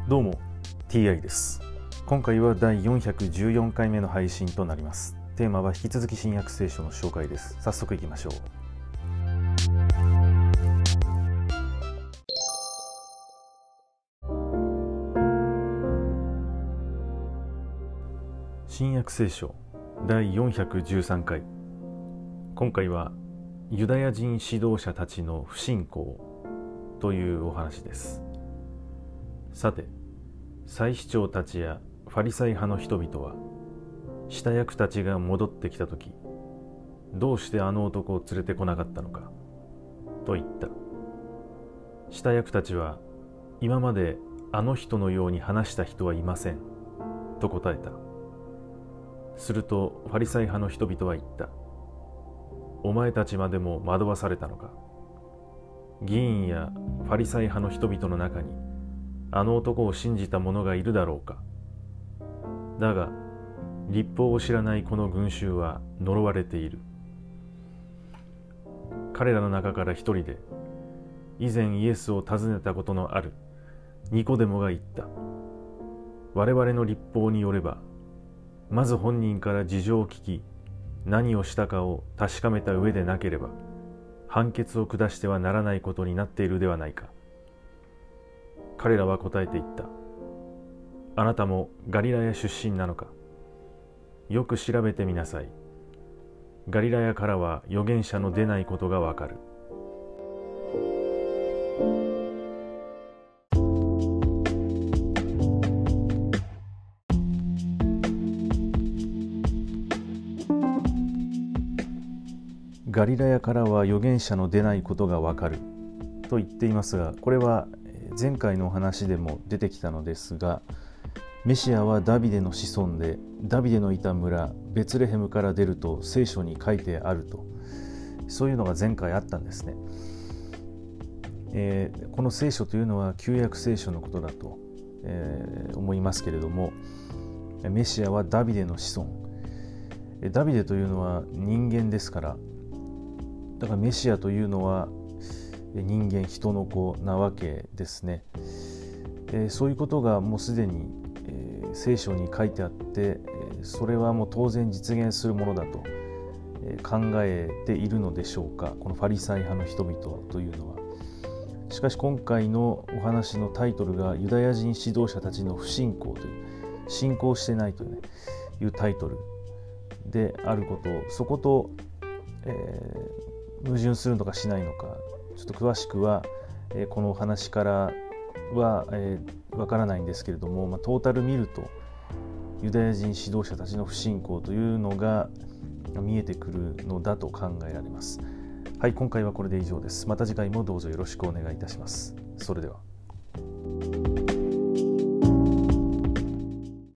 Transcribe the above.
どうも TI です。今回は第414回目の配信となります。テーマは引き続き新約聖書の紹介です。早速いきましょう。新約聖書第413回。今回はユダヤ人指導者たちの不信仰というお話です。さて、祭司長たちやファリサイ派の人々は下役たちが戻ってきたとき、どうしてあの男を連れてこなかったのかと言った。下役たちは、今まであの人のように話した人はいませんと答えた。するとファリサイ派の人々は言った。お前たちまでも惑わされたのか。議員やファリサイ派の人々の中にあの男を信じた者がいるだろうか。だが律法を知らないこの群衆は呪われている。彼らの中から一人で以前イエスを訪ねたことのあるニコデモが言った。我々の律法によれば、まず本人から事情を聞き、何をしたかを確かめた上でなければ判決を下してはならないことになっているではないか。彼らは答えて言った。あなたもガリラヤ出身なのか。よく調べてみなさい。ガリラヤからは預言者の出ないことがわかる。ガリラヤからは預言者の出ないことがわかると言っていますが、これは前回のお話でも出てきたのですが、メシアはダビデの子孫で、ダビデのいた村ベツレヘムから出ると聖書に書いてあると、そういうのが前回あったんですね。この聖書というのは旧約聖書のことだと、思いますけれども、メシアはダビデの子孫、ダビデというのは人間ですから、だからメシアというのは人間、人の子なわけですね。そういうことがもうすでに聖書に書いてあって、それはもう当然実現するものだと考えているのでしょうか、このファリサイ派の人々というのは。しかし今回のお話のタイトルがユダヤ人指導者たちの不信仰という、信仰してないというタイトルであることを、そこと、矛盾するのかしないのか、ちょっと詳しくは、このお話からはわからないんですけれども、トータル見るとユダヤ人指導者たちの不信仰というのが見えてくるのだと考えられます。はい、今回はこれで以上です。また次回もどうぞよろしくお願いいたします。それでは。